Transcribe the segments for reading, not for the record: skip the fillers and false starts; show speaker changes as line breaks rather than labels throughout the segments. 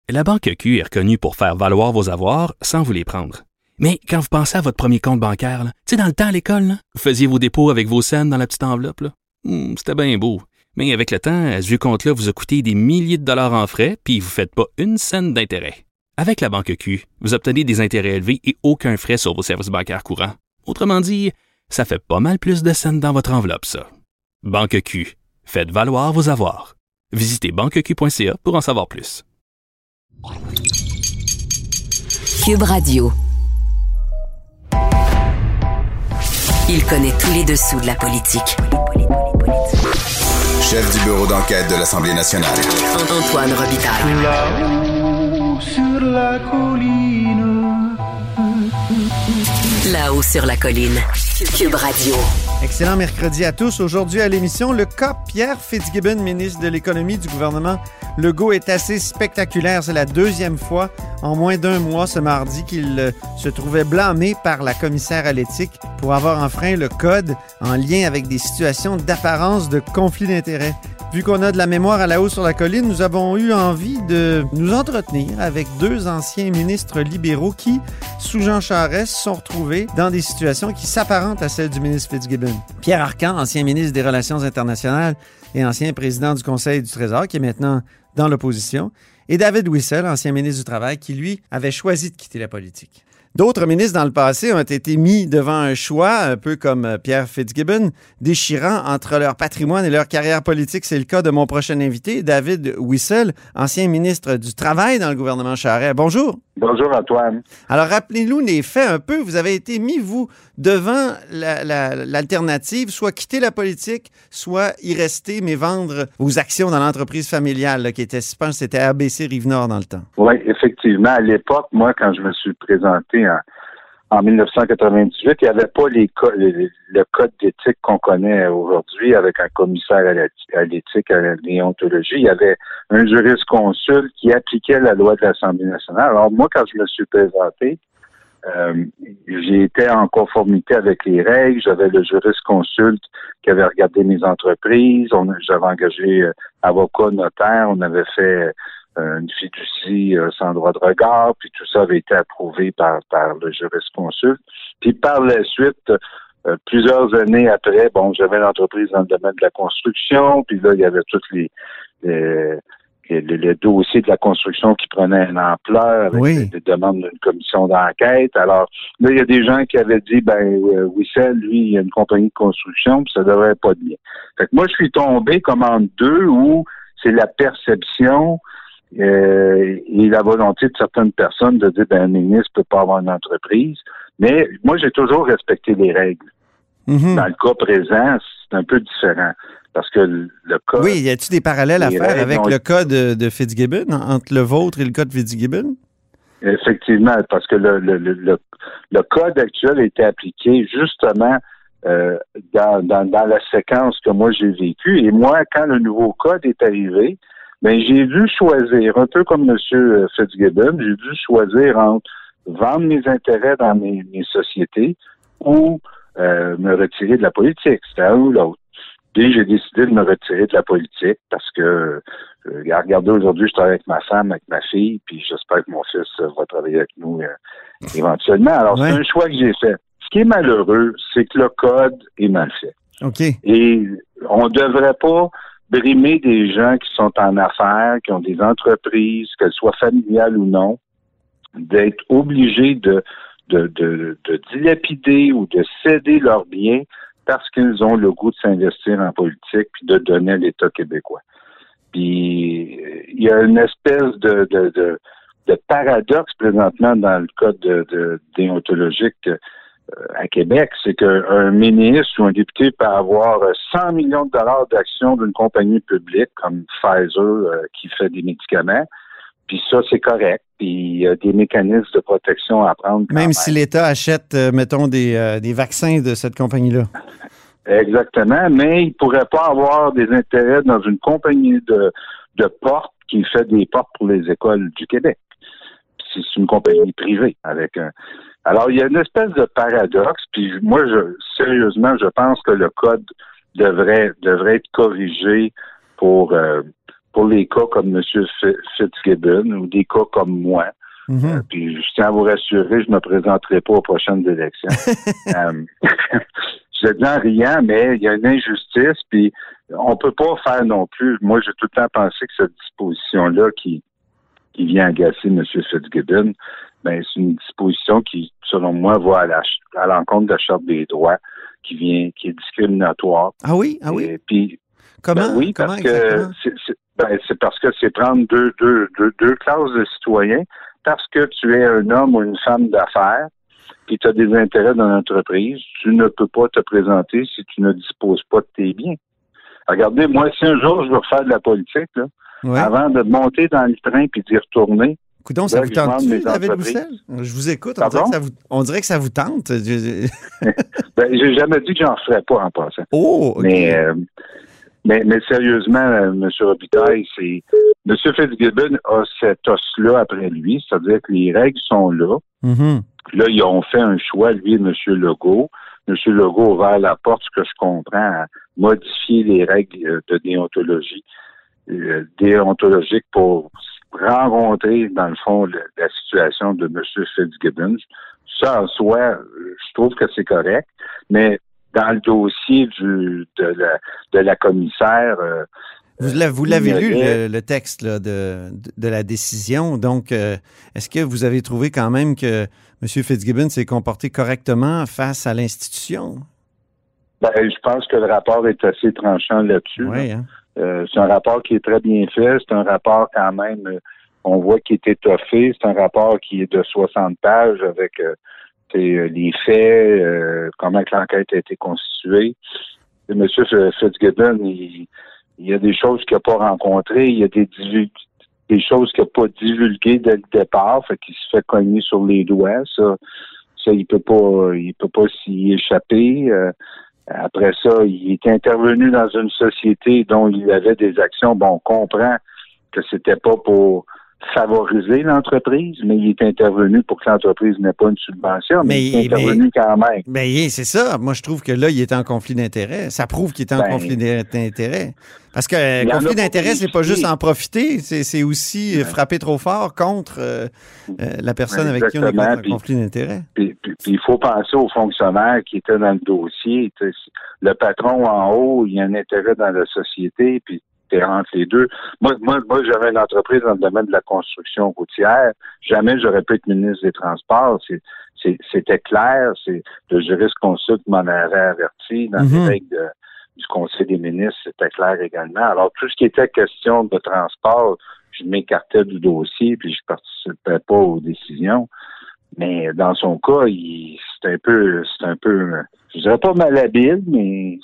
La Banque Q est reconnue pour faire valoir vos avoirs sans vous les prendre. Mais quand vous pensez à votre premier compte bancaire, tu sais, dans le temps à l'école, là, vous faisiez vos dépôts avec vos scènes dans la petite enveloppe. Là. C'était bien beau. Mais avec le temps, ce vieux compte-là vous a coûté des milliers de dollars en frais, puis vous ne faites pas une scène d'intérêt. Avec la Banque Q, vous obtenez des intérêts élevés et aucun frais sur vos services bancaires courants. Autrement dit, ça fait pas mal plus de scènes dans votre enveloppe, ça. Banque Q. Faites valoir vos avoirs. Visitez banqueq.ca pour en savoir plus.
Cube Radio. Il connaît tous les dessous de la politique.
Chef du bureau d'enquête de l'Assemblée nationale.
Antoine Robitaille.
Là-haut sur la colline.
Là-haut sur la colline. Cube Radio.
Excellent mercredi à tous. Aujourd'hui à l'émission, le cas Pierre Fitzgibbon, ministre de l'Économie du gouvernement Legault, est assez spectaculaire. C'est la deuxième fois en moins d'un mois ce mardi qu'il se trouvait blâmé par la commissaire à l'éthique pour avoir enfreint le code en lien avec des situations d'apparence de conflit d'intérêts. Vu qu'on a de la mémoire à la haut sur la colline, nous avons eu envie de nous entretenir avec deux anciens ministres libéraux qui, sous Jean Charest, sont retrouvés dans des situations qui s'apparentent à celles du ministre Fitzgibbon. Pierre Arcan, ancien ministre des Relations internationales et ancien président du Conseil du Trésor, qui est maintenant dans l'opposition, et David Wissel, ancien ministre du Travail, qui, lui, avait choisi de quitter la politique. D'autres ministres dans le passé ont été mis devant un choix, un peu comme Pierre Fitzgibbon, déchirant entre leur patrimoine et leur carrière politique. C'est le cas de mon prochain invité, David Wissel, ancien ministre du Travail dans le gouvernement Charest. Bonjour.
Bonjour, Antoine.
Alors, rappelez-nous les faits un peu. Vous avez été mis, vous, devant l'alternative, soit quitter la politique, soit y rester, mais vendre vos actions dans l'entreprise familiale, là, qui était, je pense, c'était ABC Rive-Nord dans le temps.
Oui, effectivement. À l'époque, moi, quand je me suis présenté en 1998, il n'y avait pas le code d'éthique qu'on connaît aujourd'hui avec un commissaire à l'éthique, à la déontologie. Il y avait un jurisconsulte qui appliquait la loi de l'Assemblée nationale. Alors moi, quand je me suis présenté, j'ai été en conformité avec les règles. J'avais le jurisconsulte qui avait regardé mes entreprises. J'avais engagé avocat, notaire. On avait fait une fiducie sans droit de regard, puis tout ça avait été approuvé par le jurisconsulte. Puis par la suite, plusieurs années après, j'avais l'entreprise dans le domaine de la construction, puis là, il y avait tous les dossiers de la construction qui prenaient une ampleur avec des demandes d'une commission d'enquête. Alors, là, il y a des gens qui avaient dit, Wissel, lui, il a une compagnie de construction, puis ça devrait pas de bien. Fait que moi, je suis tombé comme en deux où c'est la perception et la volonté de certaines personnes de dire un ministre peut pas avoir une entreprise. Mais moi, j'ai toujours respecté les règles. Mm-hmm. Dans le cas présent, c'est un peu différent. Parce que le code...
Oui, y a-t-il des parallèles à faire avec le cas de Fitzgibbon, entre le vôtre et le cas de Fitzgibbon?
Effectivement, parce que le code actuel a été appliqué justement dans la séquence que moi j'ai vécue. Et moi, quand le nouveau code est arrivé, j'ai dû choisir, un peu comme M. Fitzgibbon, j'ai dû choisir entre vendre mes intérêts dans mes sociétés ou me retirer de la politique. C'était un ou l'autre. Puis j'ai décidé de me retirer de la politique parce que, regardez, aujourd'hui, je travaille avec ma femme, avec ma fille, puis j'espère que mon fils va travailler avec nous éventuellement. Alors, c'est un choix que j'ai fait. Ce qui est malheureux, c'est que le code est mal fait.
OK.
Et on ne devrait pas brimer des gens qui sont en affaires, qui ont des entreprises, qu'elles soient familiales ou non, d'être obligés de dilapider ou de céder leurs biens parce qu'ils ont le goût de s'investir en politique puis de donner à l'État québécois. Puis il y a une espèce de paradoxe présentement dans le code déontologique à Québec, c'est qu'un ministre ou un député peut avoir 100 millions de dollars d'actions d'une compagnie publique comme Pfizer qui fait des médicaments. Puis ça, c'est correct. Puis il y a des mécanismes de protection à prendre.
Même si l'État achète, mettons, des vaccins de cette compagnie-là.
Exactement, mais il ne pourrait pas avoir des intérêts dans une compagnie de portes qui fait des portes pour les écoles du Québec. C'est une compagnie privée avec un... Alors, il y a une espèce de paradoxe, puis moi, sérieusement, je pense que le code devrait être corrigé pour pour les cas comme M. Fitzgibbon ou des cas comme moi. Puis je tiens à vous rassurer, je ne me présenterai pas aux prochaines élections. Je le dis en riant, mais il y a une injustice, puis on peut pas faire non plus. Moi, j'ai tout le temps pensé que cette disposition-là qui vient agacer M. Fitzgibbon, ben c'est une disposition qui, selon moi, va à l'encontre de la Charte des droits, qui est discriminatoire.
Ah oui?
Et puis,
comment?
Ben oui,
Comment
parce que c'est parce que c'est prendre deux classes de citoyens. Parce que tu es un homme ou une femme d'affaires, puis tu as des intérêts dans l'entreprise, tu ne peux pas te présenter si tu ne disposes pas de tes biens. Regardez, moi, si un jour je veux refaire de la politique, là, avant de monter dans le train puis d'y retourner,
coudonc, ça vous tente-tu, David Roussel? Je vous écoute. On dirait que ça vous tente.
J'ai jamais dit que j'en ferais pas en passant.
Oh, OK.
Mais sérieusement, M. Robitaille, M. Fitzgibbon a cet os-là après lui, c'est-à-dire que les règles sont là. Là, ils ont fait un choix, lui et M. Legault. M. Legault a ouvert la porte, ce que je comprends, à modifier les règles de déontologique pour rencontrer, dans le fond, la situation de M. Fitzgibbon. Ça, en soi, je trouve que c'est correct, mais dans le dossier de la commissaire...
Vous l'avez lu, le texte là, de la décision. Donc, est-ce que vous avez trouvé quand même que M. Fitzgibbon s'est comporté correctement face à l'institution?
Je pense que le rapport est assez tranchant là-dessus.
Oui, hein?
C'est un rapport qui est très bien fait. C'est un rapport quand même, on voit qu'il est étoffé. C'est un rapport qui est de 60 pages avec... les faits, comment que l'enquête a été constituée. Et M. Fitzgibbon, il y a des choses qu'il n'a pas rencontrées, il y a des choses qu'il n'a pas divulguées dès le départ, fait qu'il se fait cogner sur les doigts. Ça il peut pas s'y échapper. Après ça, il est intervenu dans une société dont il avait des actions. Bon, on comprend que c'était pas pour favoriser l'entreprise, mais il est intervenu pour que l'entreprise n'ait pas une subvention, mais il est intervenu quand même.
Mais c'est ça. Moi, je trouve que là, il était en conflit d'intérêts. Ça prouve qu'il était en conflit d'intérêts. Parce que conflit d'intérêts, c'est pas juste en profiter, c'est aussi frapper trop fort contre la personne avec qui on est en conflit d'intérêts.
Puis il faut penser aux fonctionnaires qui étaient dans le dossier. Le patron en haut, il a un intérêt dans la société, puis entre les deux. Moi, j'avais une entreprise dans le domaine de la construction routière. Jamais j'aurais pu être ministre des Transports. C'était clair. Le jurisconsulte m'en avait averti dans les règles du Conseil des ministres. C'était clair également. Alors, tout ce qui était question de transport, je m'écartais du dossier puis je participais pas aux décisions. Mais dans son cas, c'est un peu, je dirais pas malhabile, mais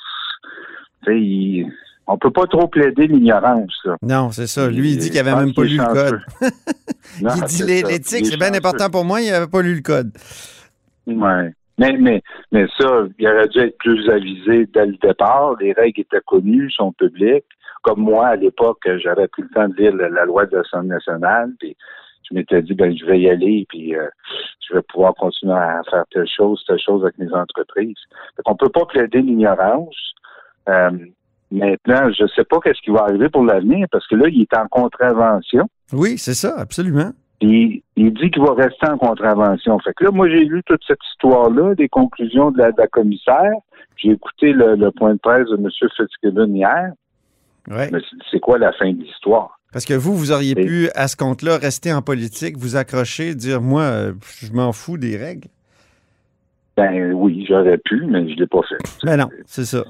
on peut pas trop plaider l'ignorance, là.
Non, c'est ça. Lui, il dit qu'il avait même pas lu le code. Non, il dit l'éthique, c'est bien important pour moi, il n'avait pas lu le code.
Oui. Mais ça, il aurait dû être plus avisé dès le départ. Les règles étaient connues, sont publiques. Comme moi, à l'époque, j'avais pris le temps de lire la loi de l'Assemblée nationale, puis je m'étais dit, je vais y aller, puis je vais pouvoir continuer à faire telle chose avec mes entreprises. Donc, on peut pas plaider l'ignorance. Maintenant, je ne sais pas qu'est-ce qui va arriver pour l'avenir, parce que là, il est en contravention.
Oui, c'est ça, absolument.
Puis, il dit qu'il va rester en contravention. Fait que là, moi, j'ai lu toute cette histoire-là, des conclusions de la commissaire. J'ai écouté le point de presse de M. Fitzgibbon hier.
Ouais.
Mais c'est quoi la fin de l'histoire?
Parce que vous auriez pu, à ce compte-là, rester en politique, vous accrocher, dire, moi, je m'en fous des règles.
Oui, j'aurais pu, mais je ne l'ai pas fait.
Ben non, c'est ça.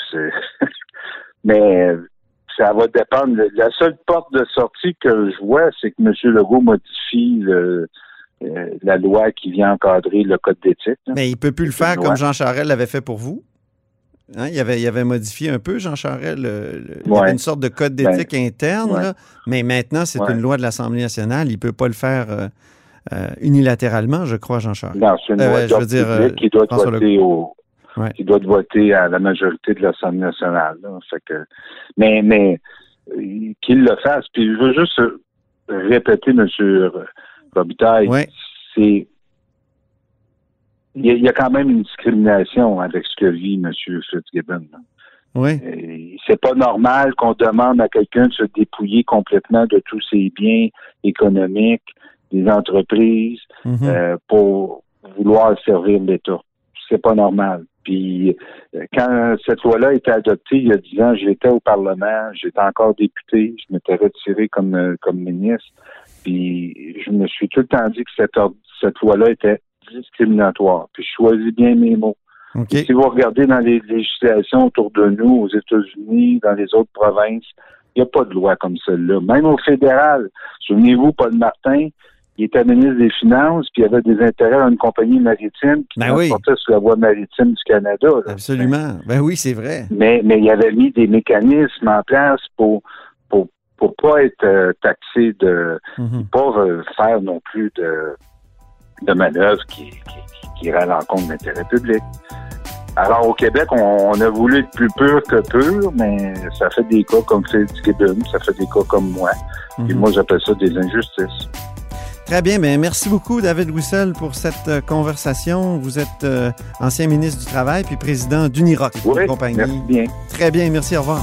Mais ça va dépendre. La seule porte de sortie que je vois, c'est que M. Legault modifie la loi qui vient encadrer le code d'éthique.
Mais il ne peut plus le faire comme Jean Charest l'avait fait pour vous. Hein? Il avait modifié un peu, Jean Charest. Il y avait une sorte de code d'éthique interne, là, mais maintenant, c'est une loi de l'Assemblée nationale. Il ne peut pas le faire unilatéralement, je crois, Jean Charest.
Non, c'est une loi publique qui doit voter qui doit voter à la majorité de l'Assemblée nationale. Là. Fait que, mais qu'il le fasse. Puis je veux juste répéter, M. Robitaille, il y a quand même une discrimination avec ce que vit M. Fitzgibbon. Là.
Oui.
C'est pas normal qu'on demande à quelqu'un de se dépouiller complètement de tous ses biens économiques, des entreprises, pour vouloir servir l'État. C'est pas normal. Puis, quand cette loi-là a été adoptée il y a 10 ans, j'étais au Parlement, j'étais encore député, je m'étais retiré comme ministre, puis je me suis tout le temps dit que cette loi-là était discriminatoire. Puis, je choisis bien mes mots.
Okay.
Si vous regardez dans les législations autour de nous, aux États-Unis, dans les autres provinces, il n'y a pas de loi comme celle-là. Même au fédéral, souvenez-vous, Paul Martin, il était ministre des Finances, puis il avait des intérêts à une compagnie maritime qui transportait sur la voie maritime du Canada. Là.
Absolument. Ben oui, c'est vrai.
Mais il avait mis des mécanismes en place pour pas être taxé de pas faire non plus de manœuvres qui iraient à l'encontre de l'intérêt public. Alors, au Québec, on a voulu être plus pur que pur, mais ça fait des cas comme Fitzgibbon, ça fait des cas comme moi. Et moi, j'appelle ça des injustices.
Très bien. Bien, merci beaucoup, David Wissel, pour cette conversation. Vous êtes ancien ministre du Travail puis président d'Uniroc,
une
compagnie.
Merci bien.
Très bien. Merci. Au revoir.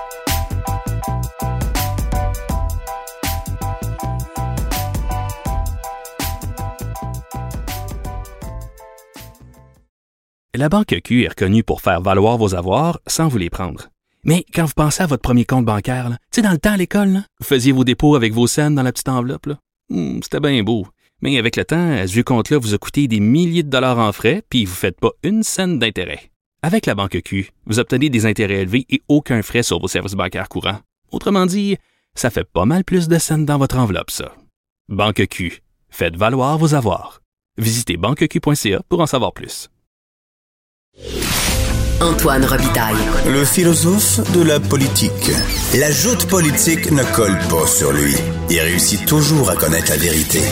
La Banque Q est reconnue pour faire valoir vos avoirs sans vous les prendre. Mais quand vous pensez à votre premier compte bancaire, tu sais, dans le temps à l'école, là, vous faisiez vos dépôts avec vos scènes dans la petite enveloppe. Là. C'était bien beau. Mais avec le temps, à ce vieux compte-là vous a coûté des milliers de dollars en frais, puis vous ne faites pas une scène d'intérêt. Avec la Banque Q, vous obtenez des intérêts élevés et aucun frais sur vos services bancaires courants. Autrement dit, ça fait pas mal plus de scènes dans votre enveloppe, ça. Banque Q. Faites valoir vos avoirs. Visitez banqueq.ca pour en savoir plus.
Antoine Robitaille.
Le philosophe de la politique. La joute politique ne colle pas sur lui. Il réussit toujours à connaître la vérité.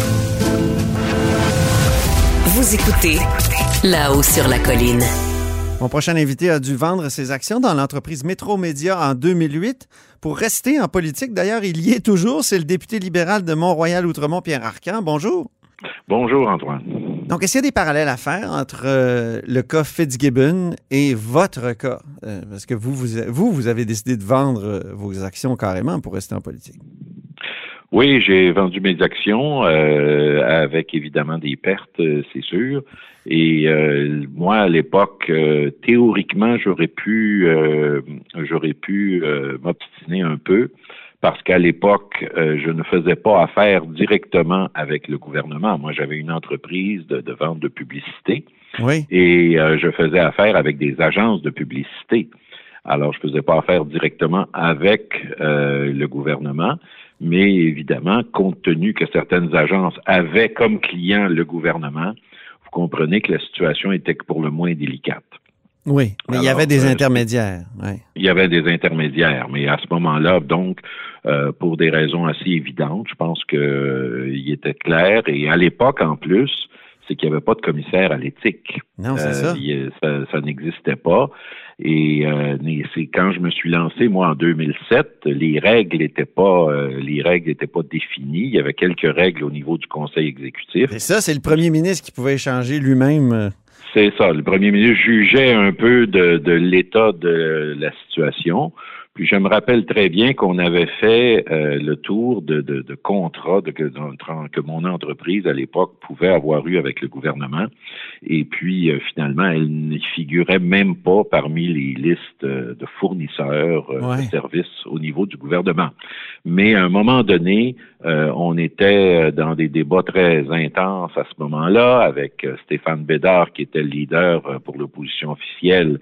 Vous écoutez Là-haut sur la colline.
Mon prochain invité a dû vendre ses actions dans l'entreprise Métro-Média en 2008 pour rester en politique. D'ailleurs, il y est toujours. C'est le député libéral de Mont-Royal-Outremont, Pierre Arcan. Bonjour.
Bonjour, Antoine.
Donc, est-ce qu'il y a des parallèles à faire entre le cas Fitzgibbon et votre cas? Parce que vous avez décidé de vendre vos actions carrément pour rester en politique.
Oui, j'ai vendu mes actions avec évidemment des pertes, c'est sûr. Et moi, à l'époque, théoriquement, j'aurais pu m'obstiner un peu. Parce qu'à l'époque, je ne faisais pas affaire directement avec le gouvernement. Moi, j'avais une entreprise de vente de publicité.
Oui.
Et je faisais affaire avec des agences de publicité. Alors, je faisais pas affaire directement avec le gouvernement. Mais évidemment, compte tenu que certaines agences avaient comme client le gouvernement, vous comprenez que la situation était pour le moins délicate.
Oui, mais il y avait des intermédiaires. Oui.
Il y avait des intermédiaires, mais à ce moment-là, donc, pour des raisons assez évidentes, je pense il était clair. Et à l'époque, en plus, c'est qu'il n'y avait pas de commissaire à l'éthique.
Non, c'est ça.
Ça n'existait pas. Et c'est quand je me suis lancé, moi, en 2007, les règles n'étaient pas définies. Il y avait quelques règles au niveau du conseil exécutif.
Et ça, c'est le premier ministre qui pouvait échanger lui-même.
C'est ça. Le premier ministre jugeait un peu de l'état de la situation. Puis je me rappelle très bien qu'on avait fait le tour de contrats que mon entreprise à l'époque pouvait avoir eu avec le gouvernement. Et puis finalement, elle ne figurait même pas parmi les listes de fournisseurs de services au niveau du gouvernement. Mais à un moment donné, on était dans des débats très intenses à ce moment-là avec Stéphane Bédard qui était le leader pour l'opposition officielle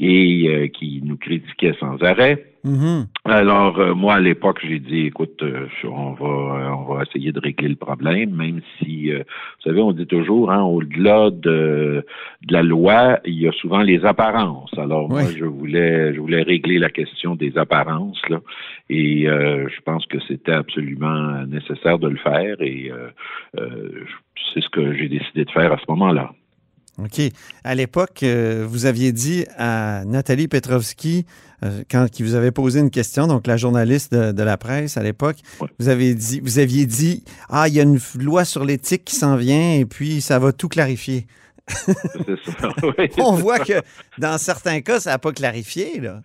et qui nous critiquait sans arrêt. Mm-hmm. Alors, moi, à l'époque, j'ai dit, écoute, on va essayer de régler le problème, même si, vous savez, on dit toujours, au-delà de la loi, il y a souvent les apparences. Alors, moi, je voulais régler la question des apparences, là, et je pense que c'était absolument nécessaire de le faire, et c'est ce que j'ai décidé de faire à ce moment-là.
OK. À l'époque, vous aviez dit à Nathalie Petrovski, qui vous avait posé une question, donc la journaliste de la presse à l'époque, vous aviez dit, il y a une loi sur l'éthique qui s'en vient et puis ça va tout clarifier.
C'est ça, oui.
On voit que dans certains cas, ça n'a pas clarifié, là.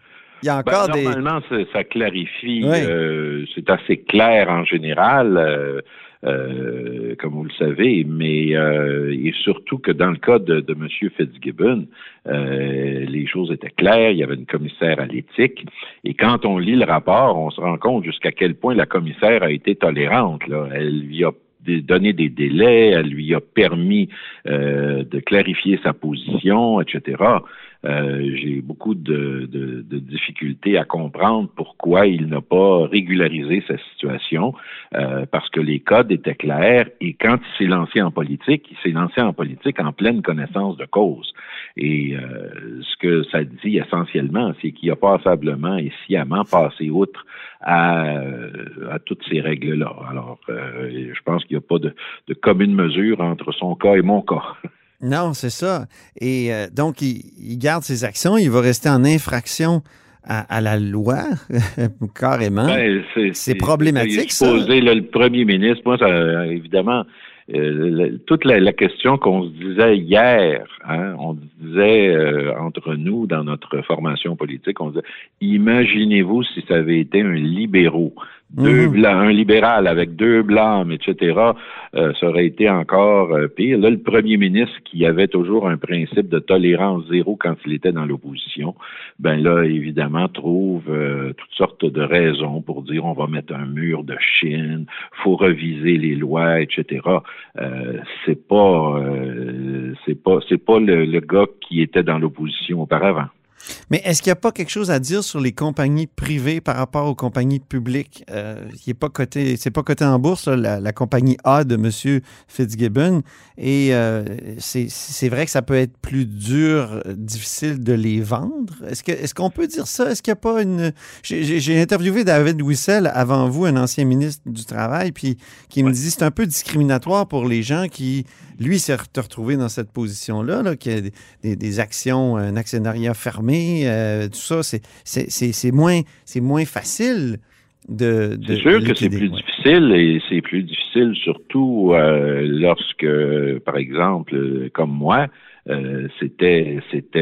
il y a encore
normalement, ça clarifie.
Oui.
C'est assez clair en général, comme vous le savez, mais et surtout que dans le cas de M. Fitzgibbon, les choses étaient claires. Il y avait une commissaire à l'éthique. Et quand on lit le rapport, on se rend compte jusqu'à quel point la commissaire a été tolérante. Là. Elle lui a donné des délais, elle lui a permis de clarifier sa position, etc. J'ai beaucoup de difficultés à comprendre pourquoi il n'a pas régularisé sa situation, parce que les codes étaient clairs et quand il s'est lancé en politique, en pleine connaissance de cause. Et ce que ça dit essentiellement, c'est qu'il a passablement et sciemment passé outre à toutes ces règles-là. Alors, je pense qu'il n'y a pas de commune mesure entre son cas et mon cas.
Non, c'est ça. Et donc, il garde ses actions, il va rester en infraction à la loi, carrément.
Ben,
c'est problématique, ça.
Le premier ministre, moi, ça, évidemment, toute la question qu'on se disait hier, hein, on disait entre nous, dans notre formation politique, on disait, imaginez-vous si ça avait été un libéraux. Un libéral avec 2 blâmes, etc., ça aurait été encore pire. Là, le premier ministre, qui avait toujours un principe de tolérance zéro quand il était dans l'opposition, ben là, évidemment, trouve toutes sortes de raisons pour dire on va mettre un mur de Chine, faut reviser les lois, etc. C'est pas le gars qui était dans l'opposition auparavant.
Mais est-ce qu'il n'y a pas quelque chose à dire sur les compagnies privées par rapport aux compagnies publiques? C'est pas coté en bourse, là, la compagnie A de M. Fitzgibbon. Et c'est vrai que ça peut être plus dur, difficile de les vendre. Est-ce qu'on peut dire ça? Est-ce qu'il n'y a pas une... J'ai interviewé David Wissel avant vous, un ancien ministre du Travail, puis qui me dit que c'est un peu discriminatoire pour les gens qui... Lui, s'est retrouvé dans cette position-là, là, qui a des actions, un actionnariat fermé, tout ça, c'est moins facile de
c'est sûr que c'est plus difficile, et c'est plus difficile surtout lorsque, par exemple, comme moi, j'étais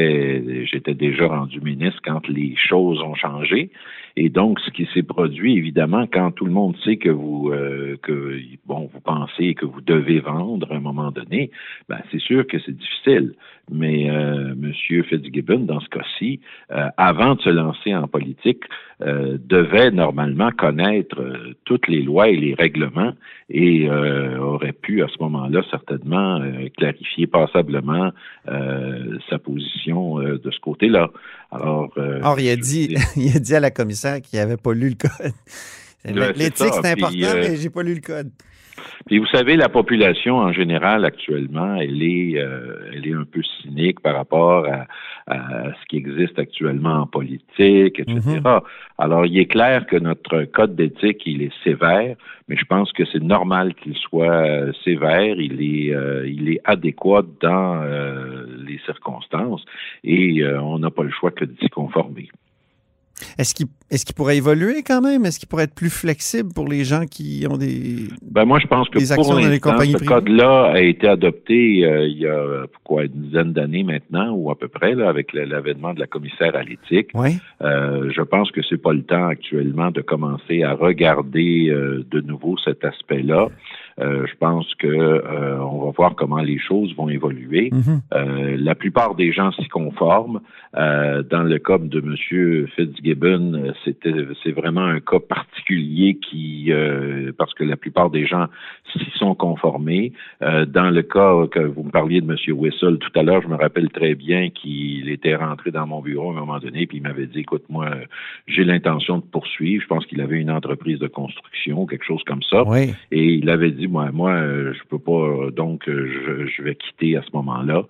déjà rendu ministre quand les choses ont changé. Et donc, ce qui s'est produit, évidemment, quand tout le monde sait que vous pensez que vous devez vendre à un moment donné, ben c'est sûr que c'est difficile. Mais M. Fitzgibbon, dans ce cas-ci, avant de se lancer en politique, devait normalement connaître toutes les lois et les règlements et aurait pu, à ce moment-là, certainement clarifier passablement sa position de ce côté-là. Alors,
il a dit à la commissaire qu'il n'avait pas lu le code. L'éthique, c'est important, mais j'ai pas lu le code.
Puis vous savez, la population en général actuellement, elle est un peu cynique par rapport à ce qui existe actuellement en politique, etc. Mm-hmm. Alors, il est clair que notre code d'éthique, il est sévère, mais je pense que c'est normal qu'il soit sévère. Il est adéquat dans les circonstances et on n'a pas le choix que d'y conformer.
Est-ce qu'il pourrait évoluer quand même? Est-ce qu'il pourrait être plus flexible pour les gens qui ont des
moi, je pense que pour l'instant, ce code-là a été adopté il y a une dizaine d'années maintenant, ou à peu près, là, avec l'avènement de la commissaire à l'éthique.
Oui.
Je pense que c'est pas le temps actuellement de commencer à regarder de nouveau cet aspect-là. Je pense que on va voir comment les choses vont évoluer. Mm-hmm. La plupart des gens s'y conforment. Dans le cas de M. Fitzgibbon, c'est vraiment un cas particulier parce que la plupart des gens s'y sont conformés. Dans le cas que vous me parliez de M. Wissel tout à l'heure, je me rappelle très bien qu'il était rentré dans mon bureau à un moment donné, puis il m'avait dit, écoute, moi, j'ai l'intention de poursuivre. Je pense qu'il avait une entreprise de construction, quelque chose comme ça.
Oui.
Et il avait dit, moi, je peux pas, donc je vais quitter à ce moment-là.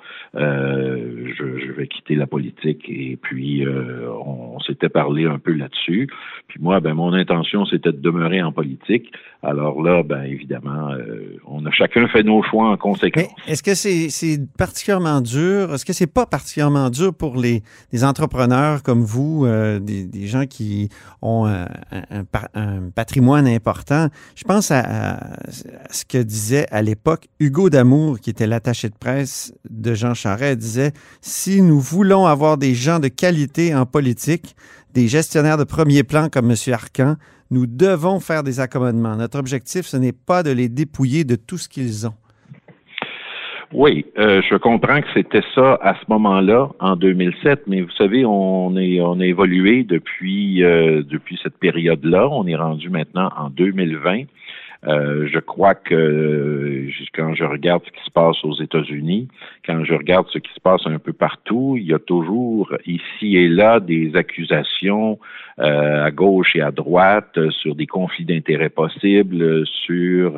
Je vais quitter la politique. Et puis, on s'était parlé un peu là-dessus. Puis moi, mon intention, c'était de demeurer en politique. Alors là, évidemment, on a chacun fait nos choix en conséquence.
Mais est-ce que c'est particulièrement dur? Est-ce que c'est pas particulièrement dur pour les entrepreneurs comme vous, des gens qui ont un patrimoine important? Je pense à ce que disait à l'époque Hugo Damour, qui était l'attaché de presse de Jean Charest, disait « Si nous voulons avoir des gens de qualité en politique, des gestionnaires de premier plan comme M. Arcan, nous devons faire des accommodements. Notre objectif, ce n'est pas de les dépouiller de tout ce qu'ils ont.
Oui, je comprends que c'était ça à ce moment-là, en 2007, mais vous savez, on a évolué depuis cette période-là. On est rendu maintenant en 2020. Je crois que quand je regarde ce qui se passe aux États-Unis, quand je regarde ce qui se passe un peu partout, il y a toujours ici et là des accusations à gauche et à droite sur des conflits d'intérêts possibles, sur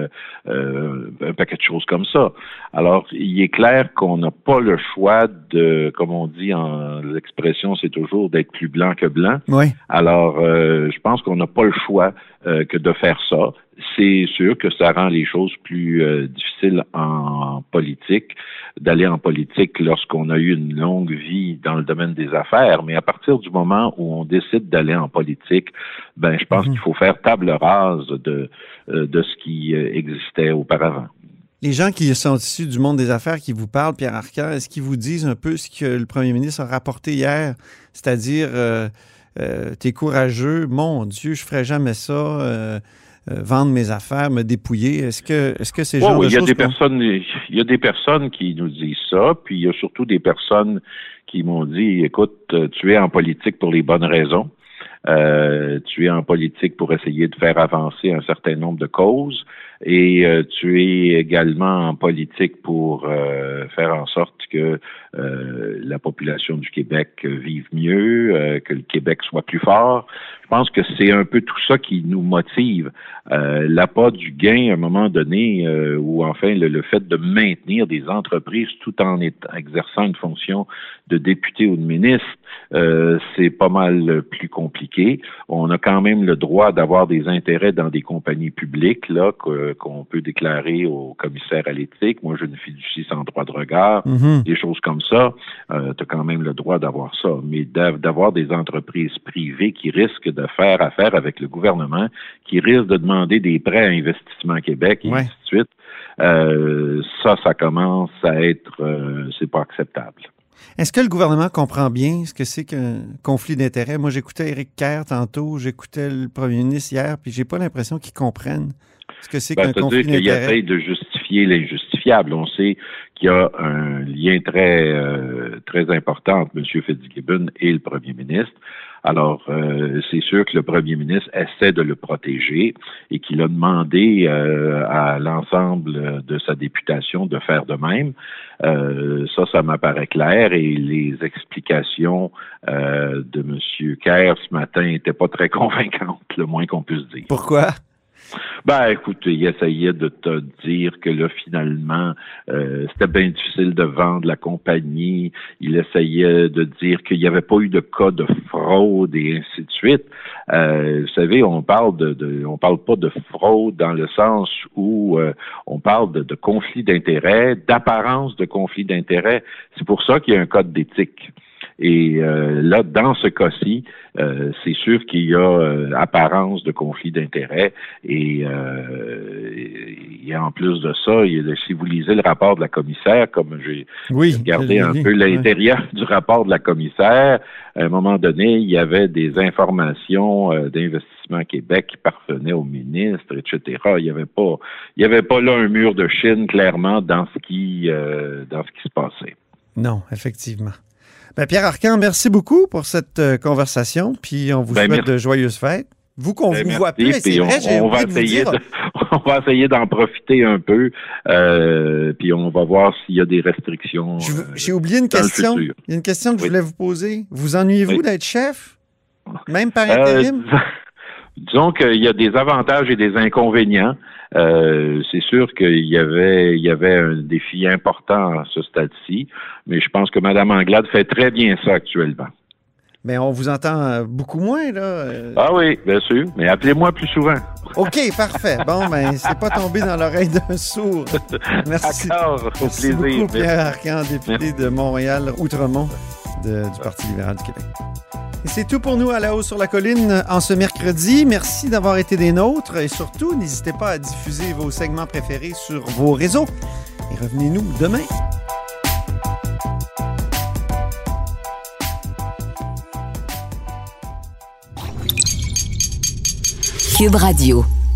un paquet de choses comme ça. Alors, il est clair qu'on n'a pas le choix de, comme on dit en l'expression, c'est toujours d'être plus blanc que blanc.
Oui.
Alors, je pense qu'on n'a pas le choix que de faire ça. C'est sûr que ça rend les choses plus difficiles en politique, d'aller en politique lorsqu'on a eu une longue vie dans le domaine des affaires, mais à partir du moment où on décide d'aller en politique, je pense qu'il faut faire table rase de ce qui existait auparavant.
Les gens qui sont issus du monde des affaires qui vous parlent, Pierre Arcan, est-ce qu'ils vous disent un peu ce que le premier ministre a rapporté hier, c'est-à-dire t'es courageux, mon Dieu, je ferais jamais ça, vendre mes affaires, me dépouiller. Est-ce que ces gens
il y a des personnes qui nous disent ça, puis il y a surtout des personnes qui m'ont dit, écoute, tu es en politique pour les bonnes raisons. Tu es en politique pour essayer de faire avancer un certain nombre de causes et tu es également en politique pour faire en sorte que la population du Québec vive mieux, que le Québec soit plus fort. Je pense que c'est un peu tout ça qui nous motive. L'appât du gain à un moment donné, ou enfin le fait de maintenir des entreprises tout en exerçant une fonction de député ou de ministre, c'est pas mal plus compliqué. On a quand même le droit d'avoir des intérêts dans des compagnies publiques là qu'on peut déclarer au commissaire à l'éthique. Moi, j'ai une fiducie sans droit de regard, des choses comme ça. Tu as quand même le droit d'avoir ça. Mais d'avoir des entreprises privées qui risquent de faire affaire avec le gouvernement, qui risquent de demander des prêts à Investissement Québec et ainsi de suite, ça commence à être... c'est pas acceptable.
Est-ce que le gouvernement comprend bien ce que c'est qu'un conflit d'intérêts? Moi, j'écoutais Éric Kerr tantôt, j'écoutais le premier ministre hier, puis j'ai pas l'impression qu'ils comprennent ce que c'est qu'un conflit d'intérêts.
C'est-à-dire qu'il essaye de justifier l'injustifiable. On sait qu'il y a un lien très important entre M. Fitzgibbon et le premier ministre. Alors, c'est sûr que le premier ministre essaie de le protéger et qu'il a demandé à l'ensemble de sa députation de faire de même. Ça m'apparaît clair et les explications de M. Kerr ce matin n'étaient pas très convaincantes, le moins qu'on puisse dire.
Pourquoi?
Écoute, il essayait de te dire que là, finalement, c'était bien difficile de vendre la compagnie. Il essayait de dire qu'il n'y avait pas eu de cas de fraude et ainsi de suite. Vous savez, on parle pas de fraude dans le sens où on parle de conflit d'intérêts, d'apparence de conflit d'intérêts. C'est pour ça qu'il y a un code d'éthique. Et là, dans ce cas-ci, c'est sûr qu'il y a apparence de conflit d'intérêts et en plus de ça, si vous lisez le rapport de la commissaire, comme j'ai regardé un peu l'intérieur du rapport de la commissaire, à un moment donné, il y avait des informations d'Investissement Québec qui parvenaient au ministre, etc. Il y avait pas là un mur de Chine, clairement, dans ce qui se passait.
Non, effectivement. Pierre Arcan, merci beaucoup pour cette conversation, puis on vous souhaite de joyeuses fêtes. Vous qu'on vous voit plus, c'est vrai,
on va essayer d'en profiter un peu, puis on va voir s'il y a des restrictions.
J'ai oublié une question. Il y a une question que je voulais vous poser. Vous ennuyez-vous d'être chef, même par intérim?
Disons qu'il y a des avantages et des inconvénients. C'est sûr qu'il y avait un défi important à ce stade-ci, mais je pense que Mme Anglade fait très bien ça actuellement.
Mais on vous entend beaucoup moins, là.
Ah oui, bien sûr, mais appelez-moi plus souvent.
OK, parfait. Bon, c'est pas tombé dans l'oreille d'un sourd. Merci.
D'accord, au plaisir.
Merci beaucoup, Pierre Arcan, député de Montréal-Outremont du Parti libéral du Québec. Et c'est tout pour nous à La Haut sur la Colline en ce mercredi. Merci d'avoir été des nôtres et surtout, n'hésitez pas à diffuser vos segments préférés sur vos réseaux. Et revenez-nous demain.
Cube Radio.